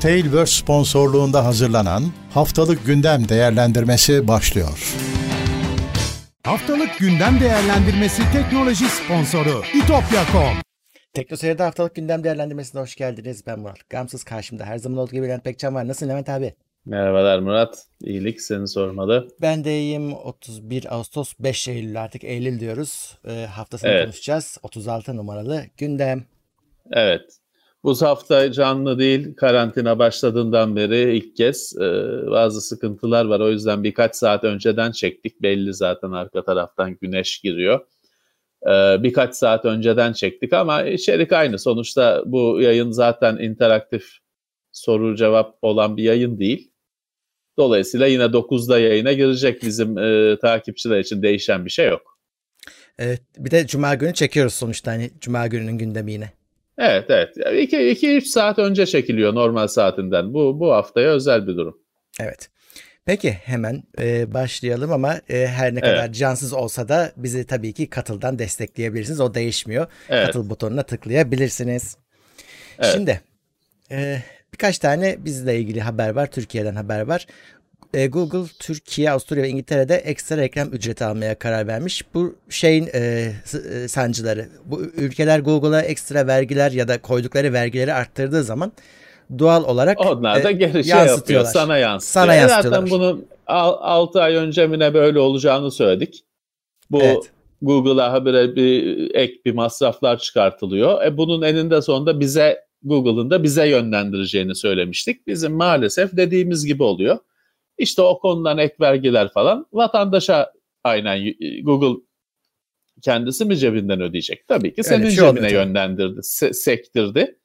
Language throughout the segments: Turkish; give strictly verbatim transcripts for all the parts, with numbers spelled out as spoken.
Tailverse sponsorluğunda hazırlanan Haftalık Gündem Değerlendirmesi başlıyor. Haftalık Gündem Değerlendirmesi teknoloji sponsoru itopya nokta com. Teknoseyir'de Haftalık Gündem Değerlendirmesi'ne hoş geldiniz. Ben Murat. Gamsız karşımda her zaman olduğu gibi Levent Pekcan var. Nasılsın Levent abi? Merhabalar Murat. İyilik, seni sormalı. Ben de iyiyim. otuz bir Ağustos, beş Eylül, artık Eylül diyoruz. E, haftasını Evet. konuşacağız. otuz altı numaralı gündem. Evet. Bu hafta canlı değil. Karantina başladığından beri ilk kez e, bazı sıkıntılar var. O yüzden birkaç saat önceden çektik. Belli zaten arka taraftan güneş giriyor. E, birkaç saat önceden çektik ama içerik aynı. Sonuçta bu yayın zaten interaktif soru cevap olan bir yayın değil. Dolayısıyla yine dokuzda yayına girecek, bizim e, takipçiler için değişen bir şey yok. Evet, bir de Cuma günü çekiyoruz sonuçta, hani Cuma gününün gündemi yine. Evet evet. iki üç saat önce çekiliyor normal saatinden. Bu bu haftaya özel bir durum. Evet. Peki hemen e, başlayalım ama e, her ne kadar Evet. cansız olsa da bizi tabii ki Katıl'dan destekleyebilirsiniz. O değişmiyor. Evet. Katıl butonuna tıklayabilirsiniz. Evet. Şimdi e, birkaç tane bizle ilgili haber var. Türkiye'den haber var. E, Google Türkiye, Avusturya ve İngiltere'de ekstra reklam ücreti almaya karar vermiş. Bu şeyin e, s- e, sancıları. Bu ülkeler Google'a ekstra vergiler ya da koydukları vergileri arttırdığı zaman doğal olarak Onlar da e, geri şey yapıyor. Sana yansıtıyor. Sana E yansıtıyorlar. Zaten bunu altı ay önce mi ne böyle olacağını söyledik. Bu Evet. Google'a habire bir ek bir masraflar çıkartılıyor. E bunun eninde sonunda bize, Google'ın da bize yönlendireceğini söylemiştik. Bizim maalesef dediğimiz gibi oluyor. İşte o konudan ek vergiler falan vatandaşa aynen Google kendisi mi cebinden ödeyecek? Tabii ki senin Öyle bir şey cebine olmuyor tabii. yönlendirdi, se- sektirdi.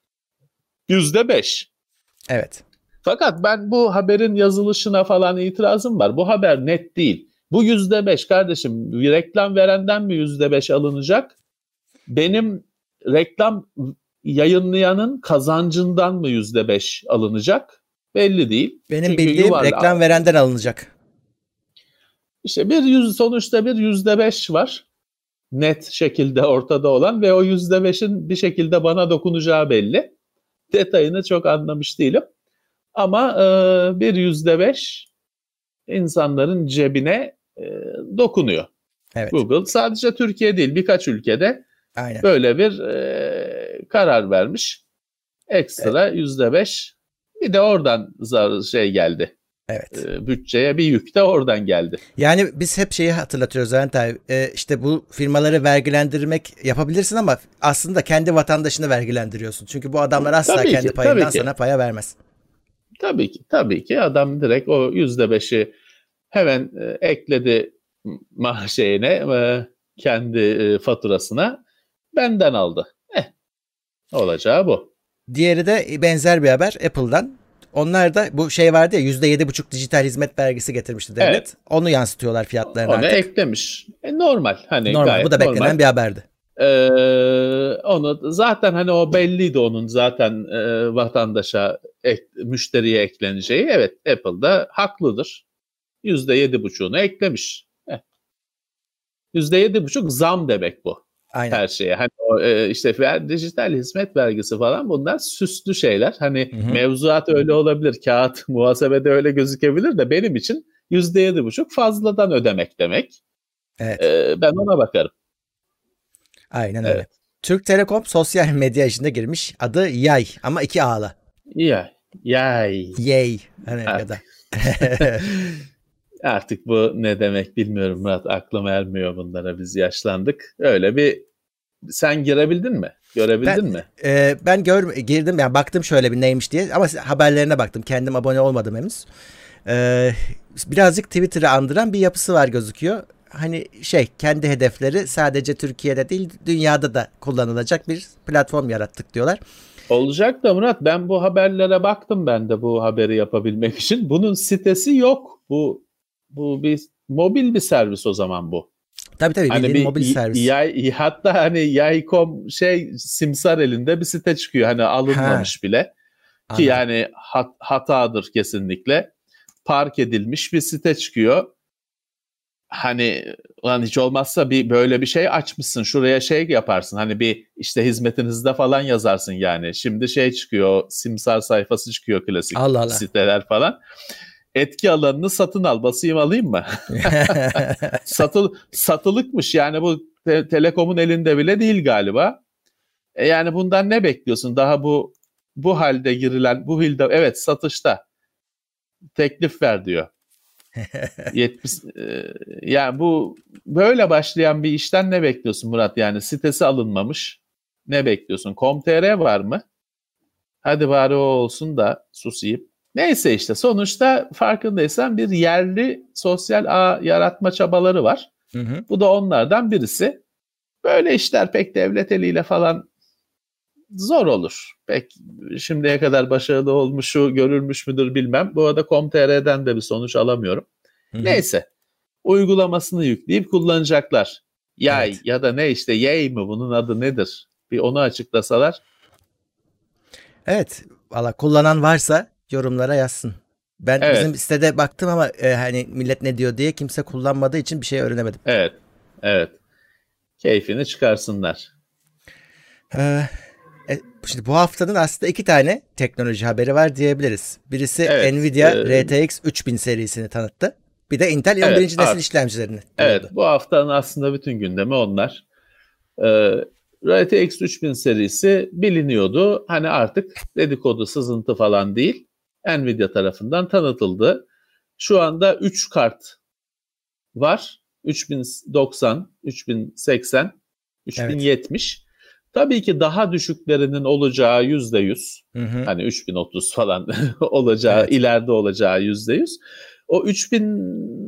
Yüzde beş. Evet. Fakat ben bu haberin yazılışına falan itirazım var. Bu haber net değil. Bu yüzde beş kardeşim, bir reklam verenden mi yüzde beş alınacak? Benim reklam yayınlayanın kazancından mı yüzde beş alınacak? Belli değil. Benim Çünkü bildiğim yuvarla- reklam verenden alınacak. İşte bir yüz, sonuçta bir yüzde beş var. Net şekilde ortada olan ve o yüzde beşin bir şekilde bana dokunacağı belli. Detayını çok anlamış değilim. Ama e, bir yüzde beş insanların cebine e, dokunuyor. Evet. Google sadece Türkiye değil, birkaç ülkede Aynen. böyle bir e, karar vermiş. Ekstra yüzde beş. Bir de oradan zar şey geldi. Evet. E, bütçeye bir yük de oradan geldi. Yani biz hep şeyi hatırlatıyoruz Levent abi. Ee, işte bu firmaları vergilendirmek yapabilirsin ama aslında kendi vatandaşını vergilendiriyorsun. Çünkü bu adamlar asla Tabii ki, kendi payından tabii ki. sana paya vermez. Tabii ki, tabii ki adam direkt o yüzde beşi hemen e, ekledi ma şeyine, e, kendi e, faturasına, benden aldı. Eh, olacağı bu. Diğeri de benzer bir haber Apple'dan. Onlar da bu şey vardı ya, yüzde yedi buçuk dijital hizmet vergisi getirmişti devlet. Evet. Onu yansıtıyorlar fiyatlarına Onu artık. eklemiş. E, normal. Hani Normal. gayet Bu da beklenen normal. bir haberdi. Ee, onu zaten hani o belliydi, onun zaten e, vatandaşa, ek, müşteriye ekleneceği. Evet, Apple'da haklıdır. yüzde yedi buçuğunu eklemiş. Eh. yüzde yedi buçuk zam demek bu. Aynen. Her şeye. Hani o, e, işte ver, dijital hizmet vergisi falan, bunlar süslü şeyler. Hani Hı hı. mevzuat öyle olabilir. Kağıt muhasebede öyle gözükebilir de benim için yüzde yedi buçuk fazladan ödemek demek. Evet. E, ben ona bakarım. Aynen öyle. Evet. Türk Telekom sosyal medya işine girmiş. Adı Yay ama iki A'lı. Yay. Yay. Yay. Hani Evet. ya da. Artık bu ne demek bilmiyorum Murat. Aklım ermiyor bunlara. Biz yaşlandık. Öyle bir, sen girebildin mi? Görebildin Ben, mi? e, ben gör, girdim yani, baktım şöyle bir neymiş diye ama haberlerine baktım. Kendim abone olmadım henüz. E, birazcık Twitter'ı andıran bir yapısı var gözüküyor. Hani şey, kendi hedefleri sadece Türkiye'de değil dünyada da kullanılacak bir platform yarattık diyorlar. Olacak da Murat, ben bu haberlere baktım, ben de bu haberi yapabilmek için. Bunun sitesi yok. Bu bu bir mobil bir servis o zaman bu. Tabii tabii, Hani bildiğin bir mobil y- servis. yay, hatta hani yay nokta com şey, simsar elinde bir site çıkıyor. Hani alınmamış Ha, bile. Ki anladım. yani hat, hatadır kesinlikle. Park edilmiş bir site çıkıyor. hani ulan hiç olmazsa bir böyle bir şey açmışsın, şuraya şey yaparsın, hani bir işte hizmetinizde falan yazarsın yani. Şimdi şey çıkıyor, simsar sayfası çıkıyor, klasik Allah Allah. siteler falan. Etki alanını satın al, basayım alayım mı? Satıl, satılıkmış yani, bu te- Telekom'un elinde bile değil galiba. E yani bundan ne bekliyorsun? Daha bu bu halde girilen, bu halde evet satışta teklif ver diyor. yetmiş e, yani bu böyle başlayan bir işten ne bekliyorsun Murat? Yani sitesi alınmamış. Ne bekliyorsun? nokta com nokta tr var mı? Hadi bari o olsun da susayım. Neyse işte sonuçta farkındaysan bir yerli sosyal ağ yaratma çabaları var. Hı hı. Bu da onlardan birisi. Böyle işler pek devlet eliyle falan zor olur. Pek şimdiye kadar başarılı olmuşu görülmüş müdür bilmem. Bu arada nokta com nokta tr'den de bir sonuç alamıyorum. Hı hı. Neyse. Uygulamasını yükleyip kullanacaklar. Yay Evet. ya da ne işte, yay mı, bunun adı nedir? Bir onu açıklasalar. Evet. Valla kullanan varsa yorumlara yazsın. Ben Evet. bizim sitede baktım ama e, hani millet ne diyor diye kimse kullanmadığı için bir şey öğrenemedim. Evet. Evet. Keyfini çıkarsınlar. Ee, e, şimdi bu haftanın aslında iki tane teknoloji haberi var diyebiliriz. Birisi Evet, Nvidia e, R T X üç bin serisini tanıttı. Bir de Intel Evet, on birinci nesil art- işlemcilerini Evet, duyurdu. bu haftanın aslında bütün gündemi onlar. Ee, R T X üç bin serisi biliniyordu. Hani artık dedikodu, sızıntı falan değil. Nvidia tarafından tanıtıldı. Şu anda üç kart var. üç bin doksan, üç bin seksen, üç bin yetmiş. Tabii ki daha düşüklerinin olacağı yüzde yüz. Hı hı. Hani üç bin otuz falan olacağı, Evet. ileride olacağı yüzde yüz. O üç bin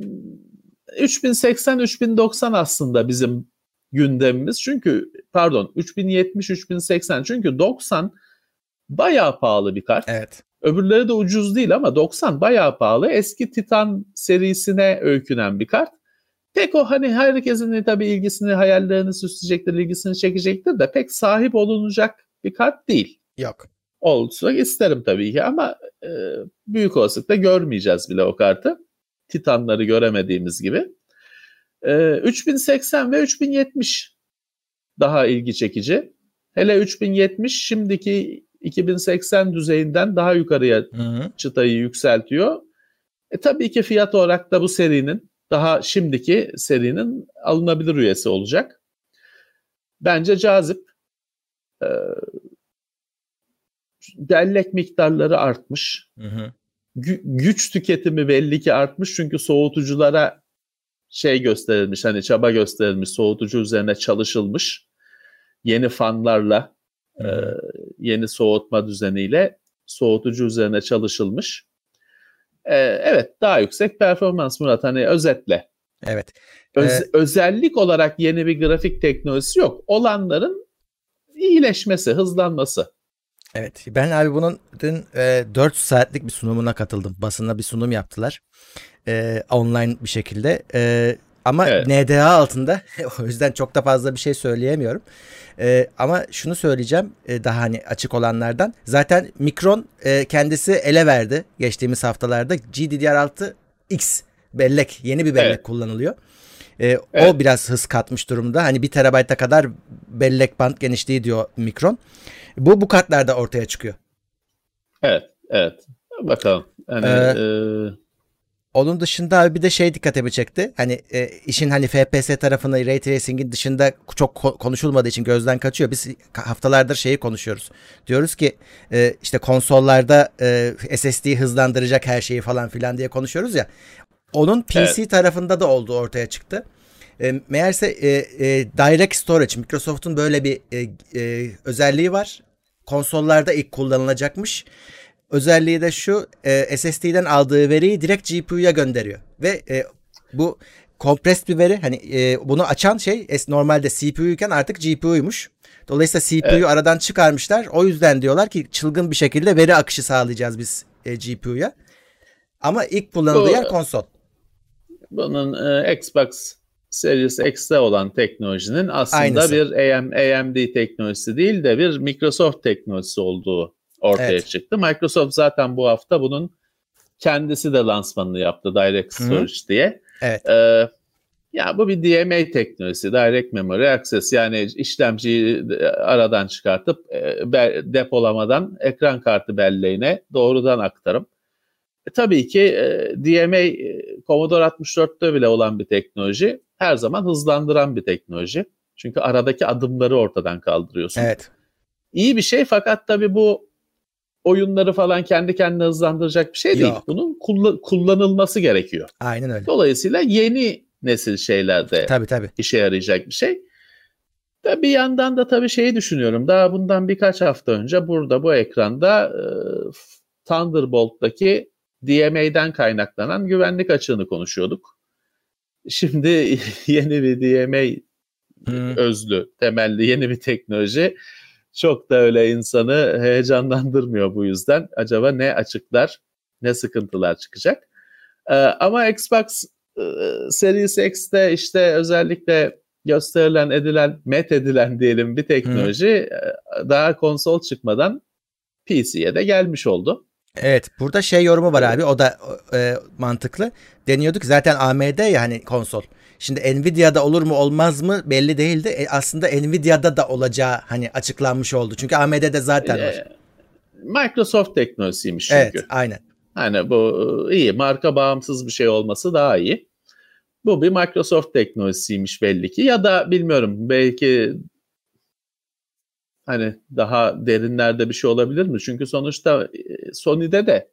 üç bin seksen, üç bin doksan aslında bizim gündemimiz. Çünkü pardon, üç bin yetmiş, üç bin seksen. Çünkü doksan bayağı pahalı bir kart. Evet. Öbürleri de ucuz değil ama doksan bayağı pahalı. Eski Titan serisine öykünen bir kart. Pek o hani herkesin tabii ilgisini, hayallerini süsleyecektir, ilgisini çekecektir de pek sahip olunacak bir kart değil. Yok. Olsa isterim tabii ki ama e, büyük olasılıkla görmeyeceğiz bile o kartı. Titanları göremediğimiz gibi. E, üç bin seksen ve üç bin yetmiş daha ilgi çekici. Hele üç bin yetmiş şimdiki iki bin seksen düzeyinden daha yukarıya Hı hı. çıtayı yükseltiyor. E, tabii ki fiyat olarak da bu serinin, daha şimdiki serinin alınabilir üyesi olacak. Bence cazip. E, bellek miktarları artmış. Hı hı. Gü- güç tüketimi belli ki artmış, çünkü soğutuculara şey gösterilmiş, hani çaba gösterilmiş, soğutucu üzerine çalışılmış. Yeni fanlarla, Hı hı. e, yeni soğutma düzeniyle soğutucu üzerine çalışılmış. E, evet, daha yüksek performans Murat, hani özetle. Evet. Öz, Ee, özellik olarak yeni bir grafik teknolojisi yok. Olanların iyileşmesi, hızlanması. Evet. Ben abi bunun dün e, dört saatlik bir sunumuna katıldım. Basına bir sunum yaptılar. E, online bir şekilde. E, ama Evet. N D A altında. O yüzden çok da fazla bir şey söyleyemiyorum. E, ama şunu söyleyeceğim. E, daha hani açık olanlardan. Zaten Micron e, kendisi ele verdi. Geçtiğimiz haftalarda G D D R altı X bellek. Yeni bir bellek Evet. kullanılıyor. E, Evet. O biraz hız katmış durumda. Hani bir terabayta kadar bellek band genişliği diyor Micron. Bu bu kartlarda ortaya çıkıyor. Evet, evet. Bakalım. Hani Ee, e, Onun dışında abi bir de şey dikkatimi çekti. Hani e, işin hani F P S tarafını, Ray Tracing'in dışında çok ko- konuşulmadığı için gözden kaçıyor. Biz haftalardır şeyi konuşuyoruz. Diyoruz ki e, işte konsollarda e, S S D'yi hızlandıracak her şeyi falan filan diye konuşuyoruz ya. Onun P C evet. tarafında da olduğu ortaya çıktı. E, meğerse e, e, Direct Storage, Microsoft'un böyle bir e, e, özelliği var. Konsollarda ilk kullanılacakmış. Özelliği de şu, e, S S D'den aldığı veriyi direkt G P U'ya gönderiyor. Ve e, bu kompres bir veri, hani e, bunu açan şey es, normalde C P U iken artık G P U'ymuş. Dolayısıyla C P U'yu Evet. aradan çıkarmışlar. O yüzden diyorlar ki çılgın bir şekilde veri akışı sağlayacağız biz e, G P U'ya. Ama ilk kullanıldığı Bu yer konsol. bunun e, Xbox Series X'te olan teknolojinin aslında Aynısı. bir A M, A M D teknolojisi değil de bir Microsoft teknolojisi olduğu ortaya Evet. çıktı. Microsoft zaten bu hafta bunun kendisi de lansmanını yaptı, Direct Hı-hı. Storage diye. Evet. Ee, Ya bu bir D M A teknolojisi, Direct Memory Access, yani işlemciyi aradan çıkartıp e, depolamadan ekran kartı belleğine doğrudan aktarım. E, tabii ki e, D M A e, Commodore altmış dörtte bile olan bir teknoloji, her zaman hızlandıran bir teknoloji. Çünkü aradaki adımları ortadan kaldırıyorsun. Evet. İyi bir şey, fakat tabii bu oyunları falan kendi kendine hızlandıracak bir şey değil. Yok. Bunun kullan- kullanılması gerekiyor. Aynen öyle. Dolayısıyla yeni nesil şeylerde Tabii tabii. işe yarayacak bir şey. Da bir yandan da tabii şeyi düşünüyorum. Daha bundan birkaç hafta önce burada bu ekranda e, Thunderbolt'taki D M A'den kaynaklanan güvenlik açığını konuşuyorduk. Şimdi yeni bir D M A hmm. özlü, temelli yeni bir teknoloji çok da öyle insanı heyecanlandırmıyor bu yüzden. Acaba ne açıklar, ne sıkıntılar çıkacak? Ee, ama Xbox e, Series X'te işte özellikle gösterilen, edilen, met edilen diyelim bir teknoloji hmm. daha konsol çıkmadan P C'ye de gelmiş oldu. Evet, burada şey yorumu var abi, o da e, mantıklı. Deniyorduk zaten A M D ya hani konsol. Şimdi Nvidia'da olur mu olmaz mı belli değildi. E, aslında Nvidia'da da olacağı hani açıklanmış oldu. Çünkü A M D'de zaten var. E, Microsoft teknolojisiymiş çünkü. Evet, aynen. Hani bu iyi, marka bağımsız bir şey olması daha iyi. Bu bir Microsoft teknolojisiymiş belli ki, ya da bilmiyorum, belki hani daha derinlerde bir şey olabilir mi? Çünkü sonuçta Sony'de de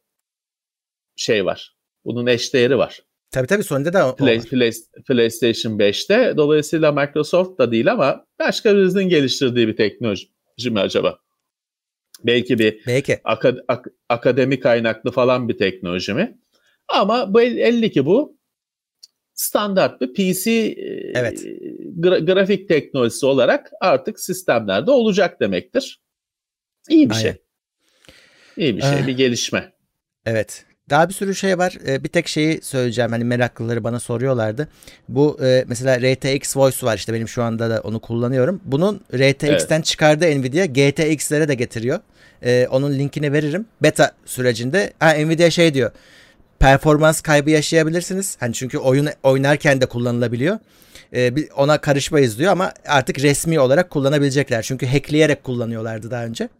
şey var. Bunun eşdeğeri var. Tabii tabii Sony'de de o Play, Play, PlayStation beşte. Dolayısıyla Microsoft da değil ama başka birisinin geliştirdiği bir teknoloji mi acaba? Belki bir Belki. Ak- ak- akademik kaynaklı falan bir teknoloji mi? Ama belli ki bu standart bir P C evet. gra- grafik teknolojisi olarak artık sistemlerde olacak demektir. İyi bir Aynen. şey. İyi bir şey, ee, bir gelişme. Evet. Daha bir sürü şey var. Ee, bir tek şeyi söyleyeceğim. Hani meraklıları bana soruyorlardı. Bu e, mesela R T X Voice var, işte benim şu anda da onu kullanıyorum. Bunun R T X'ten evet. çıkardığı Nvidia G T X'lere de getiriyor. Ee, onun linkini veririm. Beta sürecinde. Ha, Nvidia şey diyor. Performans kaybı yaşayabilirsiniz. Hani çünkü oyun oynarken de kullanılabiliyor. Ee, ona karışmayız diyor ama artık resmi olarak kullanabilecekler. Çünkü hackleyerek kullanıyorlardı daha önce.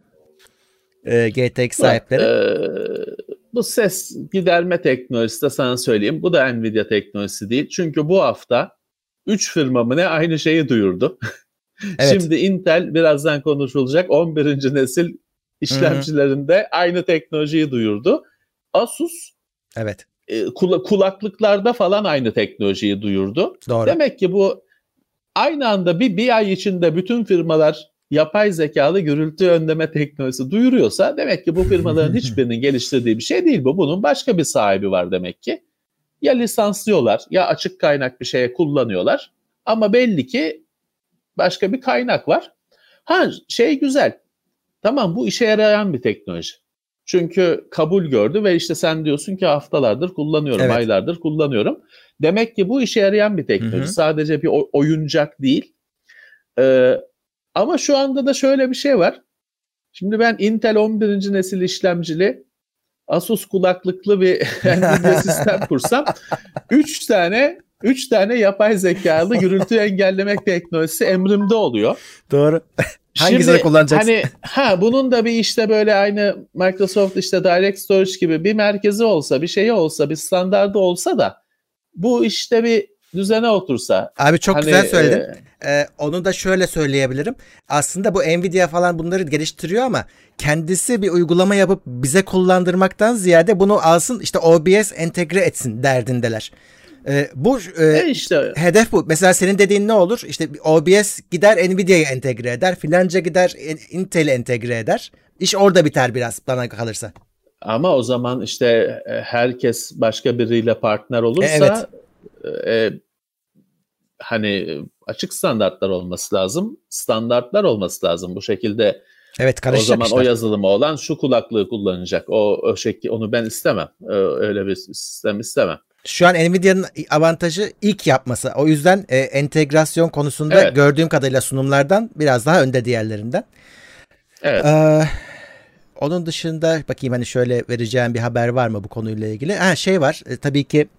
Ee, G T X sahipleri. Ee, bu ses giderme teknolojisi de sana söyleyeyim. Bu da Nvidia teknolojisi değil. Çünkü bu hafta üç firma mı ne aynı şeyi duyurdu. Evet. Şimdi Intel birazdan konuşulacak on birinci nesil işlemcilerinde Hı-hı. aynı teknolojiyi duyurdu. Asus evet. e, kula- kulaklıklarda falan aynı teknolojiyi duyurdu. Doğru. Demek ki bu aynı anda bir, bir ay içinde bütün firmalar yapay zekalı gürültü önleme teknolojisi duyuruyorsa demek ki bu firmaların hiçbirinin geliştirdiği bir şey değil bu. Bunun başka bir sahibi var demek ki. Ya lisanslıyorlar ya açık kaynak bir şeye kullanıyorlar. Ama belli ki başka bir kaynak var. Ha şey güzel. Tamam, bu işe yarayan bir teknoloji. Çünkü kabul gördü ve işte sen diyorsun ki haftalardır kullanıyorum, evet. aylardır kullanıyorum. Demek ki bu işe yarayan bir teknoloji. Hı hı. Sadece bir oyuncak değil. Ee, ama şu anda da şöyle bir şey var. Şimdi ben Intel on birinci nesil işlemcili Asus kulaklıklı bir Nvidia sistem kursam üç tane üç tane yapay zekalı gürültü engellemek teknolojisi emrimde oluyor. Doğru. Hangisini kullanacaksın? Hani ha bunun da bir işte böyle aynı Microsoft işte Direct Storage gibi bir merkezi olsa, bir şeyi olsa, bir standardı olsa da bu işte bir düzene otursa. Abi çok hani, güzel söyledin. E, ee, onu da şöyle söyleyebilirim. Aslında bu Nvidia falan bunları geliştiriyor ama kendisi bir uygulama yapıp bize kullandırmaktan ziyade bunu alsın işte O B S entegre etsin derdindeler. Ee, bu e, e işte. hedef bu. Mesela senin dediğin ne olur? İşte O B S gider Nvidia'ya entegre eder. Filanca gider Intel'e entegre eder. İş orada biter biraz bana kalırsa. Ama o zaman işte herkes başka biriyle partner olursa evet. e, hani açık standartlar olması lazım. Standartlar olması lazım. Bu şekilde evet, o zaman işler. O yazılımı olan şu kulaklığı kullanacak. O, o şekil, onu ben istemem. Öyle bir sistem istemem. Şu an Nvidia'nın avantajı ilk yapması. O yüzden e, entegrasyon konusunda evet. gördüğüm kadarıyla sunumlardan biraz daha önde diğerlerinden. Evet. Ee, onun dışında bakayım hani şöyle vereceğim bir haber var mı bu konuyla ilgili? Ha şey var. E, tabii ki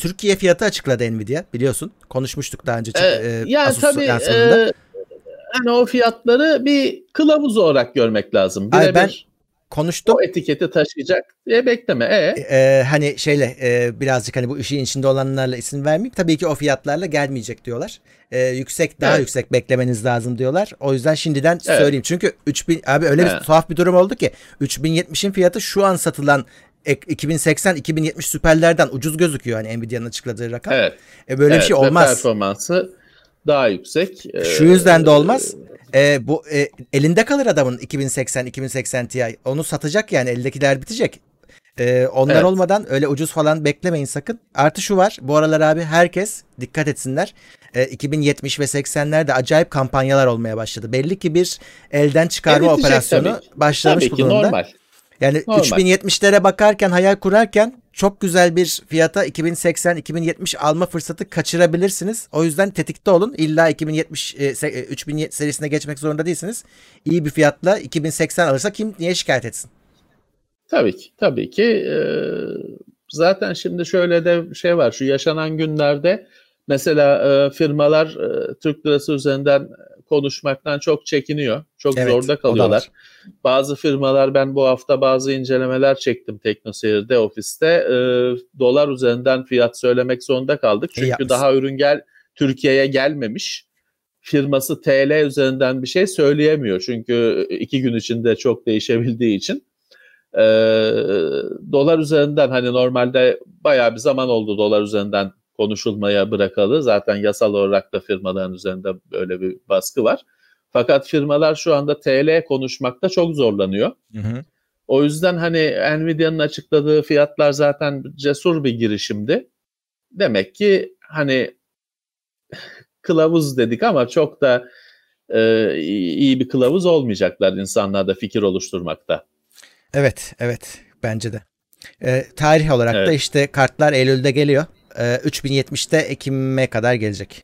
Türkiye fiyatı açıkladı Nvidia, biliyorsun. Konuşmuştuk daha önce. Ee, e, yani Asus tabii e, hani o fiyatları bir kılavuz olarak görmek lazım. Ay, ben Birebir konuştum. o etiketi taşıyacak diye bekleme. E? Ee, hani şeyle e, birazcık hani bu işin içinde olanlarla isim vermeyeyim. Tabii ki o fiyatlarla gelmeyecek diyorlar. Ee, yüksek daha Evet. yüksek beklemeniz lazım diyorlar. O yüzden şimdiden Evet. söyleyeyim. Çünkü üç bin abi öyle Evet. bir tuhaf bir durum oldu ki üç bin yetmişin fiyatı şu an satılan iki bin seksen iki bin yetmiş süperlerden ucuz gözüküyor hani Nvidia'nın açıkladığı rakam. Evet. E, böyle evet. bir şey Ve olmaz. performansı daha yüksek. Şu yüzden de olmaz. E, bu e, elinde kalır adamın iki bin seksen iki bin seksen Ti. Onu satacak yani, eldekiler bitecek. E, onlar Evet. olmadan öyle ucuz falan beklemeyin sakın. Artı şu var. Bu aralar abi herkes dikkat etsinler. E, iki bin yetmiş ve seksenlerde acayip kampanyalar olmaya başladı. Belli ki bir elden çıkarma Eritecek operasyonu tabii ki. başlamış Tabii ki bulunumda. normal. Yani Normal. üç bin yetmişlere bakarken, hayal kurarken çok güzel bir fiyata iki bin seksen iki bin yetmiş alma fırsatı kaçırabilirsiniz. O yüzden tetikte olun. İlla iki bin yetmiş e, üç bin serisine geçmek zorunda değilsiniz. İyi bir fiyatla iki bin seksen alırsa kim niye şikayet etsin? Tabii ki. Tabii ki. Ee, zaten şimdi şöyle de şey var. Şu yaşanan günlerde mesela e, firmalar e, Türk lirası üzerinden konuşmaktan çok çekiniyor. Çok Evet, zorda o da kalıyorlar. var. Bazı firmalar, ben bu hafta bazı incelemeler çektim TeknoSeyir'de, ofiste. E, dolar üzerinden fiyat söylemek zorunda kaldık. İyi Çünkü yapmışsın. daha ürün gel Türkiye'ye gelmemiş. Firması T L üzerinden bir şey söyleyemiyor. Çünkü iki gün içinde çok değişebildiği için. E, dolar üzerinden hani normalde bayağı bir zaman oldu dolar üzerinden konuşulmaya bırakalı. Zaten yasal olarak da firmaların üzerinde böyle bir baskı var. Fakat firmalar şu anda T L konuşmakta çok zorlanıyor. Hı hı. O yüzden hani Nvidia'nın açıkladığı fiyatlar zaten cesur bir girişimdi. Demek ki hani kılavuz dedik ama çok da e, iyi bir kılavuz olmayacaklar insanlarda fikir oluşturmakta. Evet, evet. Bence de. Ee, tarih olarak Evet. da işte kartlar Eylül'de geliyor. Ee, üç bin yetmişte Ekim'e kadar gelecek.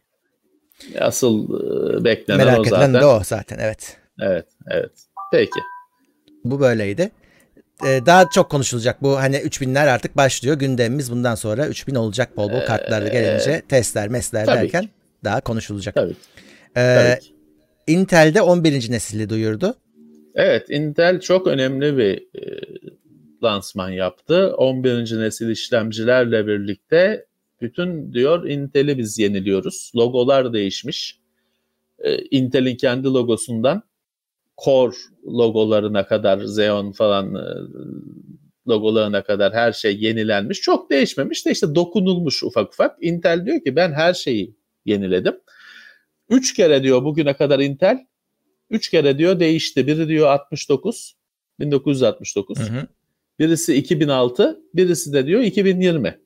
Asıl e, beklenen Merak o edilen zaten. de o zaten, evet. Evet, evet. Peki. Bu böyleydi. Ee, daha çok konuşulacak bu, hani üç binler artık başlıyor. Gündemimiz bundan sonra üç bin olacak, bol bol kartlarla gelince testler mesler tabii derken ki. daha konuşulacak. Tabii. Ee, Tabii ki. Intel'de on birinci nesili duyurdu. Evet, Intel çok önemli bir e, lansman yaptı. on birinci nesil işlemcilerle birlikte bütün diyor Intel'i biz yeniliyoruz. Logolar değişmiş. E, Intel'in kendi logosundan Core logolarına kadar, Xeon falan e, logolarına kadar her şey yenilenmiş. Çok değişmemiş de işte dokunulmuş ufak ufak. Intel diyor ki ben her şeyi yeniledim. Üç kere diyor bugüne kadar Intel Üç kere diyor değişti. Biri diyor altmış dokuz, bin dokuz yüz altmış dokuz. Hı hı. Birisi iki bin altı, birisi de diyor iki bin yirmi.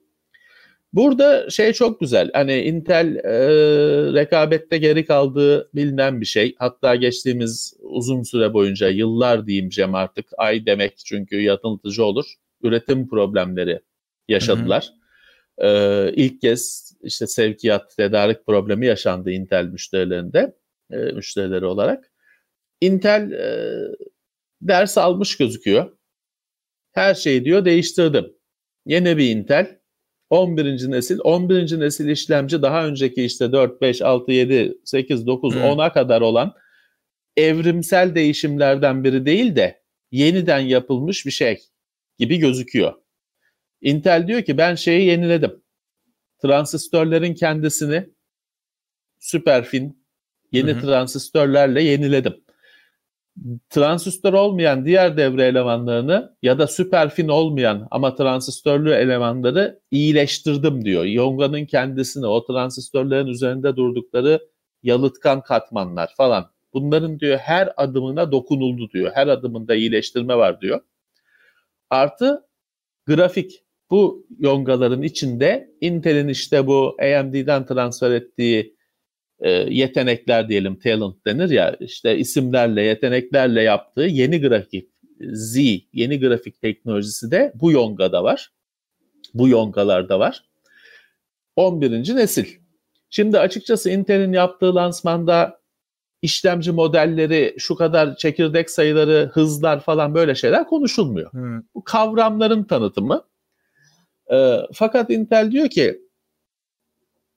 Burada şey çok güzel. Hani Intel e, rekabette geri kaldığı bilinen bir şey. Hatta geçtiğimiz uzun süre boyunca, yıllar diyeyim artık, ay demek çünkü yanıltıcı olur, üretim problemleri yaşadılar. Hı hı. E, ilk kez işte sevkiyat, tedarik problemi yaşandı Intel müşterilerinde, e, müşterileri olarak. Intel e, ders almış gözüküyor. Her şeyi diyor değiştirdim. Yeni bir Intel. on birinci nesil. on birinci nesil işlemci daha önceki işte dört, beş, altı, yedi, sekiz, dokuz, Hmm. ona kadar olan evrimsel değişimlerden biri değil de yeniden yapılmış bir şey gibi gözüküyor. Intel diyor ki ben şeyi yeniledim. Transistörlerin kendisini süperfin yeni Hı hı. transistörlerle yeniledim. Transistör olmayan diğer devre elemanlarını ya da süperfin olmayan ama transistörlü elemanları iyileştirdim diyor. Yonga'nın kendisini, o transistörlerin üzerinde durdukları yalıtkan katmanlar falan, bunların diyor her adımına dokunuldu diyor. Her adımında iyileştirme var diyor. Artı grafik, bu yongaların içinde Intel'in işte bu A M D'den transfer ettiği e, yetenekler diyelim, talent denir ya, işte isimlerle, yeteneklerle yaptığı yeni grafik Z, yeni grafik teknolojisi de bu yongada var. Bu yongalarda var. on birinci nesil. Şimdi açıkçası Intel'in yaptığı lansmanda işlemci modelleri, şu kadar çekirdek sayıları, hızlar falan böyle şeyler konuşulmuyor. Hmm. Bu kavramların tanıtımı. E, fakat Intel diyor ki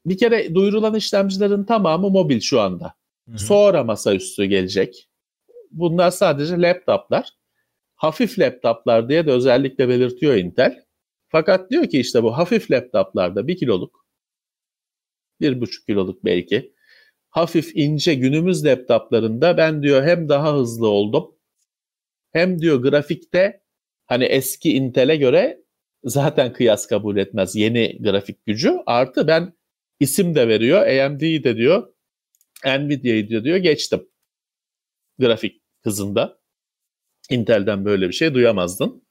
bir kere duyurulan işlemcilerin tamamı mobil şu anda. Hı-hı. Sonra masaüstü gelecek. Bunlar sadece laptoplar. Hafif laptoplar diye de özellikle belirtiyor Intel. Fakat diyor ki işte bu hafif laptoplarda bir kiloluk, bir buçuk kiloluk belki, hafif ince günümüz laptoplarında ben diyor hem daha hızlı oldum, hem diyor grafikte hani eski Intel'e göre zaten kıyas kabul etmez yeni grafik gücü. Artı ben isim de veriyor, A M D'yi de diyor, Nvidia'yı da diyor geçtim grafik hızında. Intel'den böyle bir şey duyamazdın.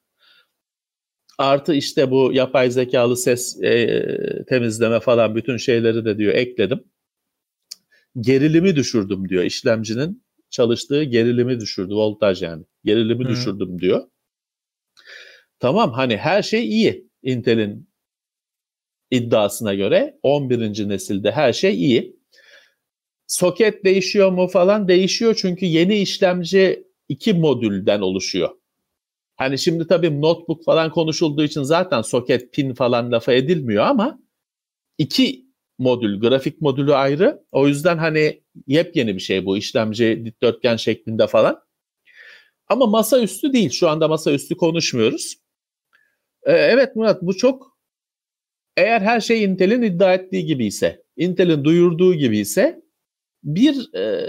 Artı işte bu yapay zekalı ses e, temizleme falan bütün şeyleri de diyor ekledim. Gerilimi düşürdüm diyor. İşlemcinin çalıştığı gerilimi düşürdü. Voltaj yani. Gerilimi Hı. düşürdüm diyor. Tamam hani her şey iyi. Intel'in iddiasına göre on birinci nesilde her şey iyi. Soket değişiyor mu falan değişiyor çünkü yeni işlemci iki modülden oluşuyor. Hani şimdi tabii notebook falan konuşulduğu için zaten soket, pin falan lafa edilmiyor ama iki modül, grafik modülü ayrı. O yüzden hani yepyeni bir şey bu işlemci dikdörtgen şeklinde falan. Ama masaüstü değil. Şu anda masaüstü konuşmuyoruz. Ee, evet Murat bu çok eğer her şey Intel'in iddia ettiği gibi ise, Intel'in duyurduğu gibi ise bir e,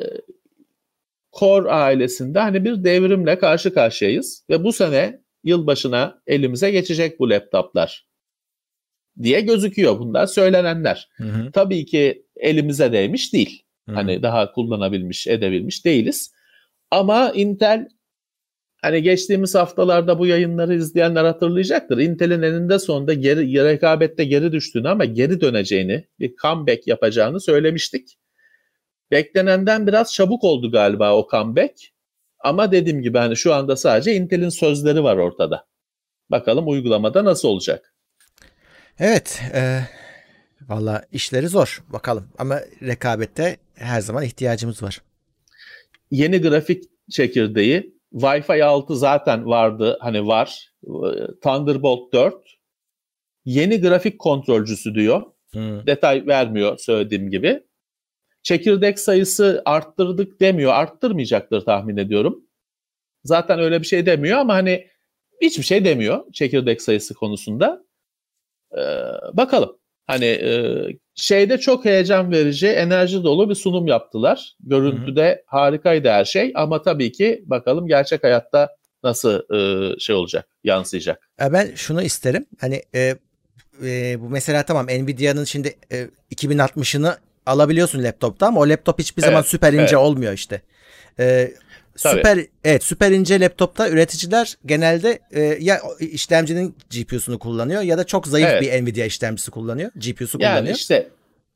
Core ailesinde hani bir devrimle karşı karşıyayız ve bu sene yılbaşına elimize geçecek bu laptoplar diye gözüküyor bunlar söylenenler. Hı hı. Tabii ki elimize değmiş değil. Hı hı. Hani daha kullanabilmiş, edebilmiş değiliz. Ama Intel hani geçtiğimiz haftalarda bu yayınları izleyenler hatırlayacaktır. Intel'in eninde sonunda geri, rekabette geri düştüğünü ama geri döneceğini, bir comeback yapacağını söylemiştik. Beklenenden biraz çabuk oldu galiba o comeback. Ama dediğim gibi hani şu anda sadece Intel'in sözleri var ortada. Bakalım uygulamada nasıl olacak? Evet. E, Valla işleri zor. Bakalım. Ama rekabette her zaman ihtiyacımız var. Yeni grafik çekirdeği Wi-Fi altı zaten vardı. Hani var. Thunderbolt dört. Yeni grafik kontrolcüsü diyor. Hmm. Detay vermiyor söylediğim gibi. Çekirdek sayısı arttırdık demiyor. Arttırmayacaktır tahmin ediyorum. Zaten öyle bir şey demiyor ama hani hiçbir şey demiyor çekirdek sayısı konusunda. Ee, bakalım. Hani e, şeyde çok heyecan verici, enerji dolu bir sunum yaptılar. Görüntüde Hı-hı. harikaydı her şey ama tabii ki bakalım gerçek hayatta nasıl e, şey olacak, yansıyacak. Ben şunu isterim. Hani e, e, bu mesela tamam Nvidia'nın şimdi e, iki bin altmışını alabiliyorsun laptopta ama o laptop hiçbir evet, zaman süper ince evet. olmuyor işte. Ee, süper evet süper ince laptopta üreticiler genelde e, ya işlemcinin G P U'sunu kullanıyor ya da çok zayıf evet. bir Nvidia işlemcisi kullanıyor. G P U'su kullanıyor. Yani işte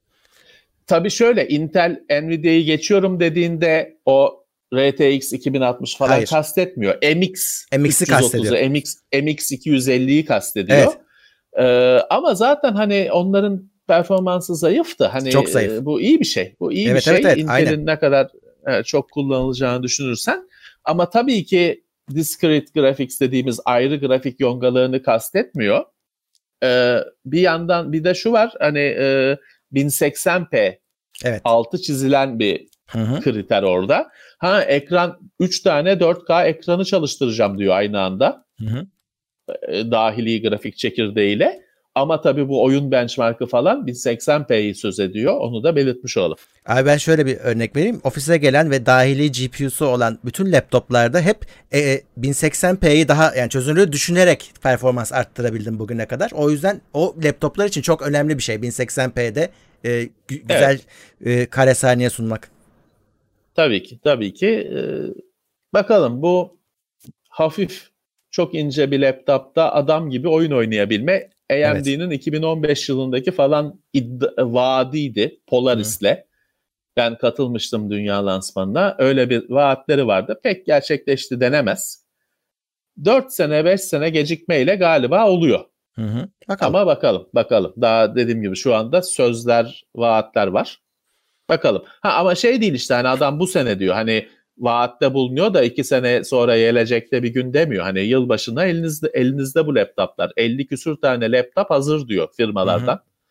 tabii şöyle Intel Nvidia'yı geçiyorum dediğinde o R T X iki bin altmış falan Hayır. kastetmiyor. M X M X'i kastediyor. M X M X iki yüz elliyi kastediyor. Evet. Ee, ama zaten hani onların performansı zayıftı. Hani çok zayıf. E, bu iyi bir şey. Bu iyi evet, bir şey. Evet, evet, Intel'in aynen. ne kadar evet, çok kullanılacağını düşünürsen. Ama tabii ki discrete graphics dediğimiz ayrı grafik yongalarını kastetmiyor. Ee, bir yandan bir de şu var. Hani e, bin seksen p evet. altı çizilen bir Hı-hı. kriter orada. Ha ekran üç tane dört K ekranı çalıştıracağım diyor aynı anda. Hı-hı. Dahili grafik çekirdeğiyle. Ama tabii bu oyun benchmark'ı falan bin seksen p'yi söz ediyor. Onu da belirtmiş olalım. Abi ben şöyle bir örnek vereyim. Ofise gelen ve dahili G P U'su olan bütün laptoplarda hep e, bin seksen p'yi daha yani çözünürlüğü düşünerek performans arttırabildim bugüne kadar. O yüzden o laptoplar için çok önemli bir şey bin seksen p'de e, gü- güzel evet. e, kare saniye sunmak. Tabii ki, tabii ki. Ee, bakalım bu hafif çok ince bir laptopta adam gibi oyun oynayabilme A M D'nin evet. iki bin on beş yılındaki falan iddia, vaadiydi Polaris'le. Hı. Ben katılmıştım dünya lansmanına. Öyle bir vaatleri vardı. Pek gerçekleşti denemez. dört sene beş sene gecikmeyle galiba oluyor. Hı hı. Bakalım. Ama bakalım bakalım. Daha dediğim gibi şu anda sözler, vaatler var. Bakalım. Ha ama şey değil işte hani adam bu sene diyor. Hani vaatte bulunuyor da iki sene sonra gelecekte bir gün demiyor. Hani yılbaşına elinizde elinizde bu laptoplar. elli küsür tane laptop hazır diyor firmalardan.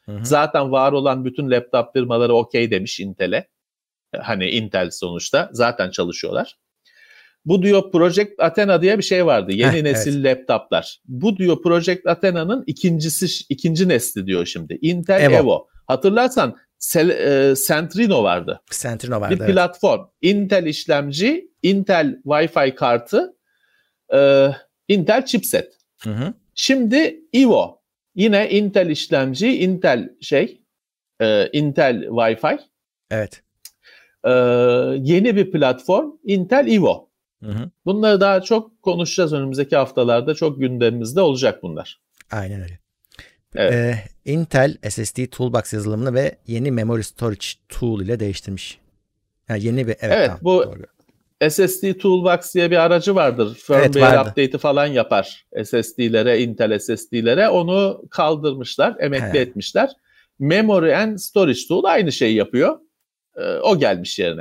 Hı hı. Zaten var olan bütün laptop firmaları okey demiş Intel'e. Hani Intel sonuçta zaten çalışıyorlar. Bu diyor Project Athena diye bir şey vardı. Yeni Heh, nesil evet. laptoplar. Bu diyor Project Athena'nın ikincisi, ikinci nesli diyor şimdi. Intel Evo. Evo. Hatırlarsan Sel, e, Centrino vardı. Centrino vardı. Bir Evet. platform. Intel işlemci, Intel Wi-Fi kartı, e, Intel chipset. Hı hı. Şimdi Evo. Yine Intel işlemci, Intel şey, e, Intel Wi-Fi. Evet. E, yeni bir platform Intel Evo. Hı hı. Bunları daha çok konuşacağız önümüzdeki haftalarda. Çok gündemimizde olacak bunlar. Aynen öyle. Evet. Ee, Intel S S D Toolbox yazılımını ve yeni Memory Storage Tool ile değiştirmiş. Yani yeni bir evet, Evet, tamam, bu doğru. S S D Toolbox diye bir aracı vardır. Firmware Evet, vardı. update'i falan yapar S S D'lere, Intel S S D'lere. Onu kaldırmışlar, emekli He. etmişler. Memory and Storage Tool aynı şeyi yapıyor. Ee, o gelmiş yerine.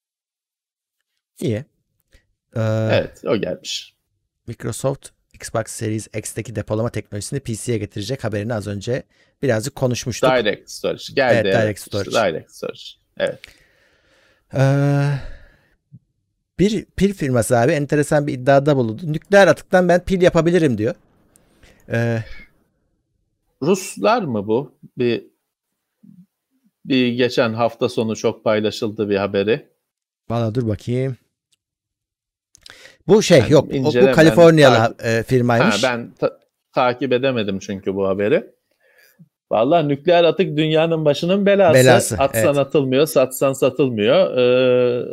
İyi. Ee, Evet, o gelmiş. Microsoft Xbox Series X'teki depolama teknolojisini P C'ye getirecek haberini az önce birazcık konuşmuştuk. Direct Storage geldi. Evet, Evet, Direct Storage. İşte Direct Storage. Evet. Ee, bir pil firması abi enteresan bir iddiada bulundu. Nükleer atıktan ben pil yapabilirim diyor. Ee, Ruslar mı bu? Bir bir geçen hafta sonu çok paylaşıldı bir haberi. Valla dur bakayım. Bu şey Yani yok. O, bu incelemem, Kaliforniyalı ta- e, firmaymış. Ha, ben ta- takip edemedim çünkü bu haberi. Vallahi nükleer atık dünyanın başının belası. Belası, Atsan evet. atılmıyor, satsan satılmıyor. Ee,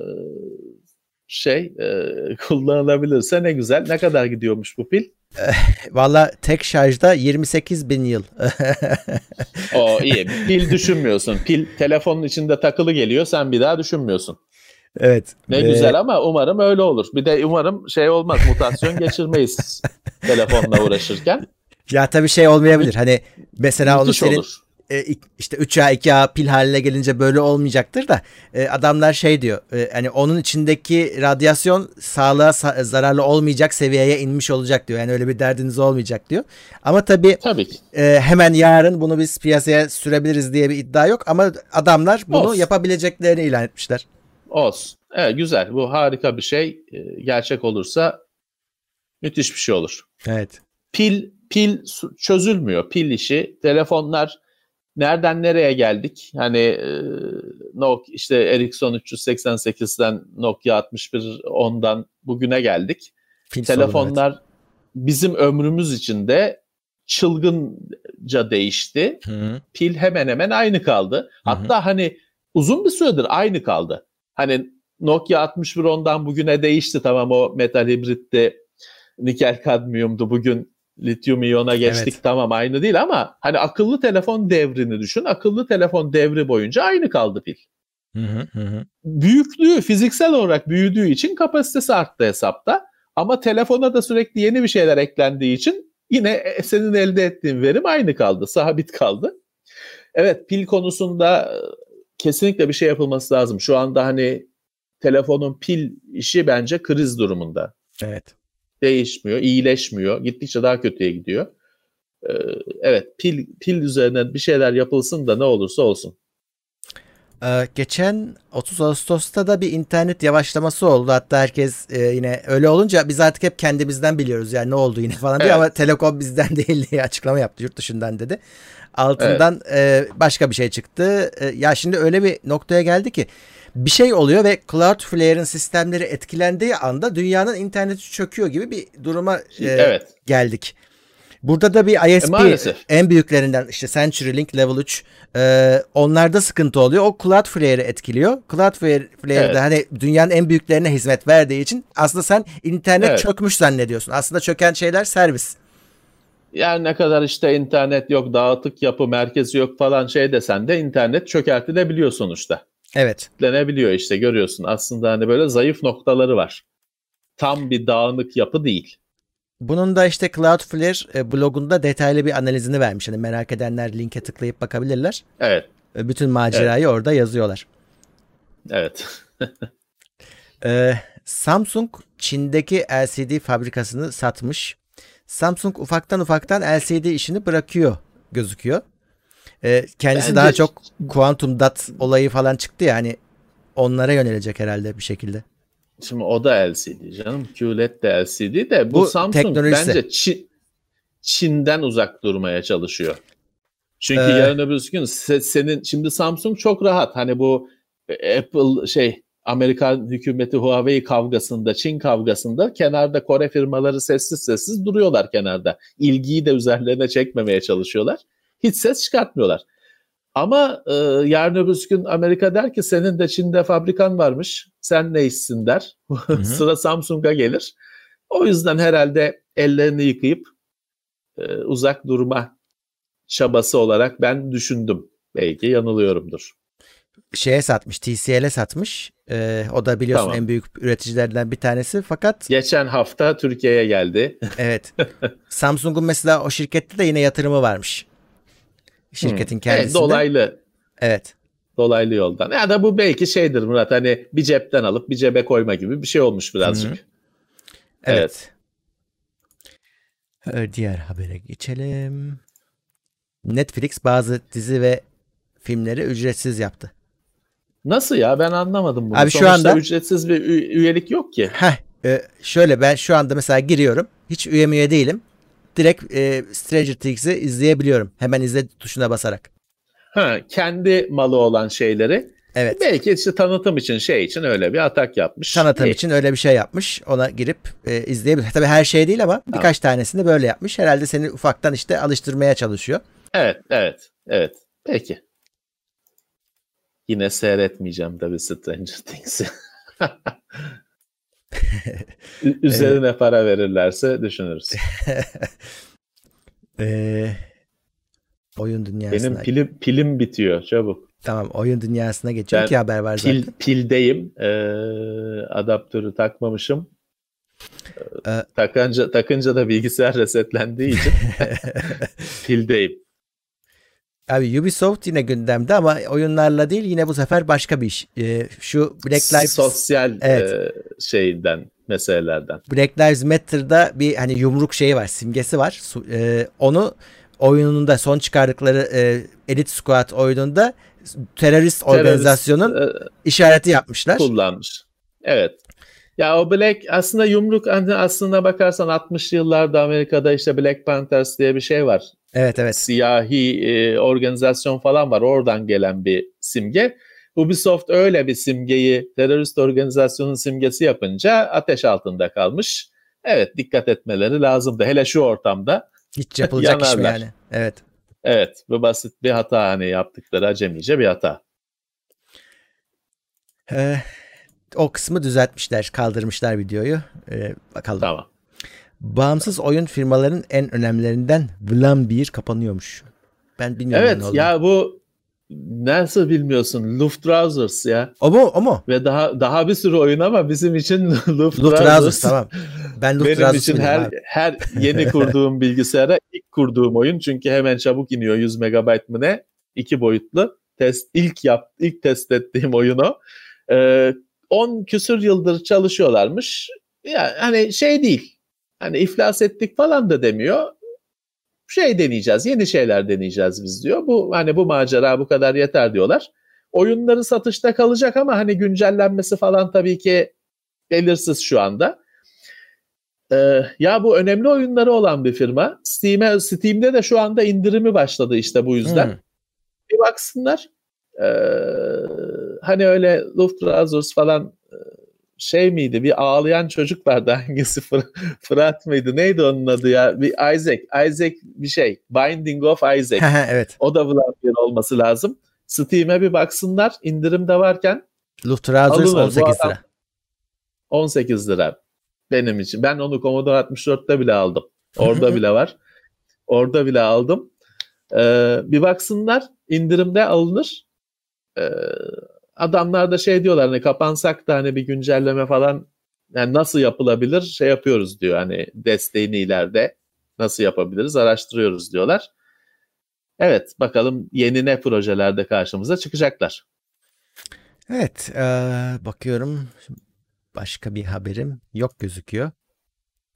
şey e, kullanılabilirse ne güzel. Ne kadar gidiyormuş bu pil? Valla tek şarjda yirmi sekiz bin yıl. O iyi. Pil düşünmüyorsun. Pil telefonun içinde takılı geliyor. Sen bir daha düşünmüyorsun. Evet. Ne Ve- güzel ama umarım öyle olur. Bir de umarım şey olmaz. Mutasyon geçirmeyiz telefonla uğraşırken. Ya tabii şey olmayabilir. Hani mesela onu Müthiş senin olur. e, ik- işte üç A iki A pil haline gelince böyle olmayacaktır da e, adamlar şey diyor. E, hani onun içindeki radyasyon sağlığa sa- zararlı olmayacak seviyeye inmiş olacak diyor. Yani öyle bir derdiniz olmayacak diyor. Ama tabii Tabii ki. e, hemen yarın bunu biz piyasaya sürebiliriz diye bir iddia yok ama adamlar bunu Olsun. yapabileceklerini ilan etmişler. Olsun. Evet, güzel. Bu harika bir şey. Ee, Gerçek olursa müthiş bir şey olur. Evet. Pil pil su- çözülmüyor. Pil işi. Telefonlar nereden nereye geldik? Hani e, Nokia işte Ericsson üç yüz seksen sekizden Nokia altmış bir ondan bugüne geldik. Pil sorunu, evet. Telefonlar bizim ömrümüz içinde çılgınca değişti. Hı. Pil hemen hemen aynı kaldı. Hatta hani uzun bir süredir aynı kaldı. Hani Nokia altmış bir ondan bugüne değişti, tamam, o metal hibritti, nikel kadmiyumdu, bugün lityum iyona geçtik, Evet. tamam, aynı değil ama hani akıllı telefon devrini düşün. Akıllı telefon devri boyunca aynı kaldı pil. Hı hı hı. Büyüklüğü fiziksel olarak büyüdüğü için kapasitesi arttı hesapta. Ama telefona da sürekli yeni bir şeyler eklendiği için yine senin elde ettiğin verim aynı kaldı, sabit kaldı. Evet, pil konusunda kesinlikle bir şey yapılması lazım. Şu anda hani telefonun pil işi bence kriz durumunda. Evet. Değişmiyor, iyileşmiyor. Gittikçe daha kötüye gidiyor. Ee, evet, pil pil üzerine bir şeyler yapılsın da ne olursa olsun. Ee, geçen otuz Ağustos'ta da bir internet yavaşlaması oldu. Hatta herkes e, yine öyle olunca biz artık hep kendimizden biliyoruz yani ne oldu yine falan diye, Evet. ama Telekom bizden değil diye açıklama yaptı, yurt dışından dedi. Altından e, başka bir şey çıktı. E, ya şimdi öyle bir noktaya geldi ki bir şey oluyor ve Cloudflare'in sistemleri etkilendiği anda dünyanın interneti çöküyor gibi bir duruma e, Evet. geldik. Burada da bir I S P E, maalesef. en büyüklerinden işte CenturyLink, Level üç, e, onlarda sıkıntı oluyor. O Cloudflare'i etkiliyor. Cloudflare Evet. de hani dünyanın en büyüklerine hizmet verdiği için aslında sen internet Evet. çökmüş zannediyorsun. Aslında çöken şeyler servis. Yani ne kadar işte internet yok, dağıtık yapı merkezi yok falan şey desen de internet çökertilebiliyor sonuçta. Evet. Denebiliyor işte, görüyorsun. Aslında hani böyle zayıf noktaları var. Tam bir dağınık yapı değil. Bunun da işte Cloudflare e, blogunda detaylı bir analizini vermiş. Hani merak edenler linke tıklayıp bakabilirler. Evet. E, bütün macerayı orada yazıyorlar. Evet. Ee, Samsung Çin'deki L C D fabrikasını satmış. Samsung ufaktan ufaktan L C D işini bırakıyor gözüküyor. E, kendisi Bence- daha çok kuantum dot olayı falan çıktı ya hani onlara yönelecek herhalde bir şekilde. Şimdi o da L C D canım. Q L E D de L C D de bu, Bu Samsung teknolojisi. bence Çin, Çin'den uzak durmaya çalışıyor. Çünkü Ee, yarın öbür gün se- senin şimdi Samsung çok rahat. Hani bu Apple şey Amerikan hükümeti Huawei kavgasında, Çin kavgasında kenarda Kore firmaları sessiz sessiz duruyorlar kenarda. İlgiyi de üzerlerine çekmemeye çalışıyorlar. Hiç ses çıkartmıyorlar. Ama e, yarın öbür gün Amerika der ki senin de Çin'de fabrikan varmış. Sen ne işsin der. hı. Sıra Samsung'a gelir. O yüzden herhalde ellerini yıkayıp e, uzak durma çabası olarak ben düşündüm. Belki yanılıyorumdur. Şeye satmış, T C L'e satmış. Ee, o da biliyorsun Tamam. en büyük üreticilerden bir tanesi. Fakat Geçen hafta Türkiye'ye geldi. evet, Samsung'un mesela o şirkette de yine yatırımı varmış. Şirketin Hmm. kendisinde. Evet, dolaylı Evet. dolaylı yoldan. Ya da bu belki şeydir Murat, hani bir cepten alıp bir cebe koyma gibi bir şey olmuş birazcık. Hı hı. Evet. Ee, Diğer habere geçelim. Netflix bazı dizi ve filmleri ücretsiz yaptı. Nasıl ya, ben anlamadım bunu. Abi şu Sonuçta anda- ücretsiz bir ü- üyelik yok ki. Heh, e, şöyle ben şu anda mesela giriyorum. Hiç üye müye değilim. Direkt e, Stranger Things'i izleyebiliyorum. Hemen izle tuşuna basarak. Ha, kendi malı olan şeyleri. Evet. Belki işte tanıtım için, şey için öyle bir atak yapmış. Tanıtım İyi. için öyle bir şey yapmış. Ona girip e, izleyebilir. Tabii her şey değil ama birkaç tanesini böyle yapmış. Herhalde seni ufaktan işte alıştırmaya çalışıyor. Evet, evet, evet. Peki. Yine seyretmeyeceğim tabii Stranger Things'i. Ü- Üzerine para verirlerse düşünürüz. Ee, oyun dünyasına. Benim pilim pilim bitiyor çabuk. Tamam, oyun dünyasına geçiyorum Ben ki haber var Pil zaten. pildeyim. Ee, adaptörü takmamışım. Ee, Takınca takınca da bilgisayar resetlendiği için pildeyim. Abi Ubisoft yine gündemde ama oyunlarla değil, yine bu sefer başka bir iş. Ee, şu Black Lives Sosyal Evet. e, şeyden, meselelerden. Black Lives Matter'da bir hani yumruk şeyi var, simgesi var. Su- e, onu oyununda son çıkardıkları e, Elite Squad oyununda terörist organizasyonun Terörist, e, işareti yapmışlar. kullanmış. Evet. Ya o Black aslında yumruk, hani aslında bakarsan altmışlı yıllarda Amerika'da işte Black Panthers diye bir şey var. Evet evet. Siyahi e, organizasyon falan var. Oradan gelen bir simge. Ubisoft öyle bir simgeyi terörist organizasyonun simgesi yapınca ateş altında kalmış. Evet, dikkat etmeleri lazımdı. Hele şu ortamda. Hiç yapılacak iş mi Yanarlar. yani? Evet. Evet, bu basit bir hata, hani yaptıkları acemice bir hata. Ee, o kısmı düzeltmişler, kaldırmışlar videoyu. Ee, bakalım. Tamam. Bağımsız oyun firmalarının en önemlilerinden Vlambeer kapanıyormuş. Ben bilmiyorum Evet ne olduğunu. ya, bu nasıl bilmiyorsun? Luftrausers ya. O mu? O mu? Ve daha daha bir sürü oyun ama bizim için Luftrausers, Luftrausers. tamam. Ben Benim Luftrausers için biliyorum her abi. her yeni kurduğum bilgisayara ilk kurduğum oyun, çünkü hemen çabuk iniyor, yüz megabayt mı ne? İki boyutlu. Test ilk yap ilk test ettiğim oyun o. Ee, on küsür yıldır çalışıyorlarmış. Yani hani şey değil. Hani iflas ettik falan da demiyor. Şey deneyeceğiz, yeni şeyler deneyeceğiz biz diyor. Bu hani bu macera bu kadar yeter diyorlar. Oyunları satışta kalacak ama hani güncellenmesi falan tabii ki belirsiz şu anda. Ee, ya bu önemli oyunları olan bir firma. Steam'e, Steam'de de şu anda indirimi başladı işte bu yüzden. Hmm. Bir baksınlar. Ee, hani öyle Luftrausers falan şey miydi? Bir ağlayan çocuk vardı. Hangisi? Fır- Fırat mıydı? Neydi onun adı ya? Bir Isaac. Isaac bir şey. Binding of Isaac. Evet. O da Vlambeer olması lazım. Steam'e bir baksınlar. İndirimde varken Luftrausers alınır. Bu on sekiz adam- lira. on sekiz lira benim için. Ben onu Commodore altmış dörtte bile aldım. Orada bile var. Orada bile aldım. Ee, bir baksınlar, indirimde alınır. Ee, adamlar da şey diyorlar, hani kapansak da hani bir güncelleme falan, yani nasıl yapılabilir şey yapıyoruz diyor. Hani desteğini ileride nasıl yapabiliriz araştırıyoruz diyorlar. Evet, bakalım yeni ne projelerde karşımıza çıkacaklar. Evet. eee, bakıyorum. Başka bir haberim yok gözüküyor.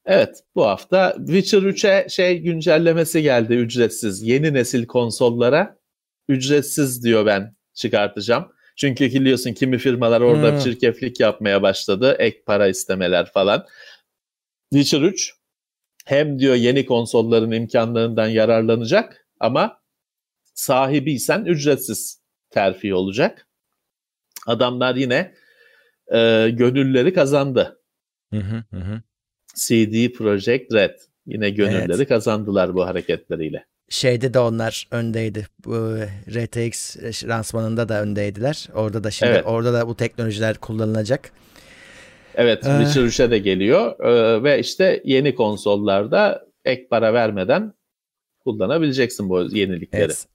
Evet, bu hafta Witcher üçe şey güncellemesi geldi, ücretsiz. Yeni nesil konsollara ücretsiz diyor, ben çıkartacağım. Çünkü biliyorsun kimi firmalar orada hmm. çirkeflik yapmaya başladı. Ek para istemeler falan. Witcher üç hem diyor yeni konsolların imkanlarından yararlanacak ama sahibiysen ücretsiz terfi olacak. Adamlar yine e, gönülleri kazandı. Hı hı hı. C D Projekt Red yine gönülleri evet. kazandılar bu hareketleriyle. Şeyde de onlar öndeydi. Bu R T X lansmanında da öndeydiler. Orada da şimdi evet. orada da bu teknolojiler kullanılacak. Evet, ee... Witcher üçe de geliyor ee, ve işte yeni konsollarda ek para vermeden kullanabileceksin bu yenilikleri. Evet.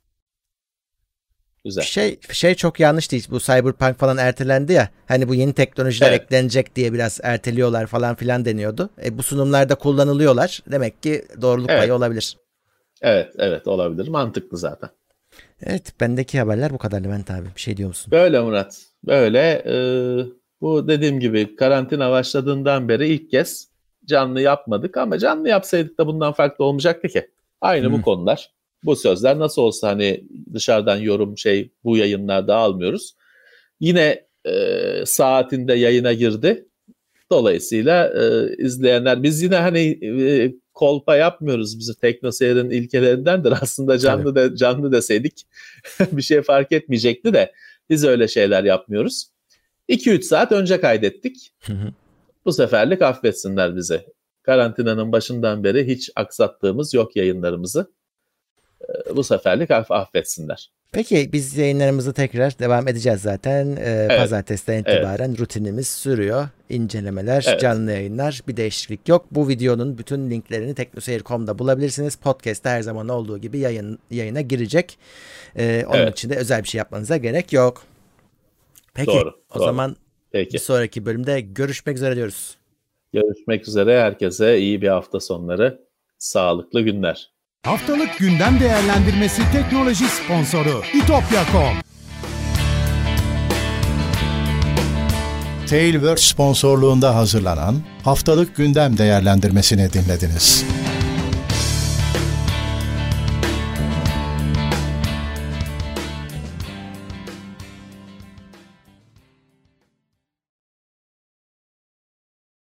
Güzel. Şey şey çok yanlış değil. Bu Cyberpunk falan ertelendi ya. Hani bu yeni teknolojiler evet. eklenecek diye biraz erteliyorlar falan filan deniyordu. E, bu sunumlarda kullanılıyorlar. Demek ki doğruluk evet. payı olabilir. Evet, evet olabilir. Mantıklı zaten. Evet, bendeki haberler bu kadar Levent abi. Bir şey diyor musun? Böyle Murat. Böyle e, bu dediğim gibi karantina başladığından beri ilk kez canlı yapmadık ama canlı yapsaydık da bundan farklı olmayacaktı ki. Aynı hmm. bu konular. Bu sözler nasıl olsa hani dışarıdan yorum şey bu yayınlarda almıyoruz. Yine e, saatinde yayına girdi. Dolayısıyla e, izleyenler biz yine hani e, kolpa yapmıyoruz, bizi TeknoSeyir'in ilkelerindendir. Aslında canlı de, canlı deseydik bir şey fark etmeyecekti de biz öyle şeyler yapmıyoruz. iki üç saat önce kaydettik. Hı hı. Bu seferlik affetsinler bizi. Karantinanın başından beri hiç aksattığımız yok yayınlarımızı. Bu seferlik aff- affetsinler. Peki biz yayınlarımızı tekrar devam edeceğiz zaten. Ee, evet. Pazartesiden itibaren evet. rutinimiz sürüyor. İncelemeler, evet. canlı yayınlar, bir değişiklik yok. Bu videonun bütün linklerini teknoseyir nokta com'da bulabilirsiniz. Podcast'te her zaman olduğu gibi yayın yayına girecek. Ee, onun evet. için de özel bir şey yapmanıza gerek yok. Peki doğru, o doğru. zaman Peki. bir sonraki bölümde görüşmek üzere diyoruz. Görüşmek üzere. Herkese iyi bir hafta sonları. Sağlıklı günler. Haftalık gündem değerlendirmesi teknoloji sponsoru itopya nokta com. Tailwords sponsorluğunda hazırlanan haftalık gündem değerlendirmesini dinlediniz.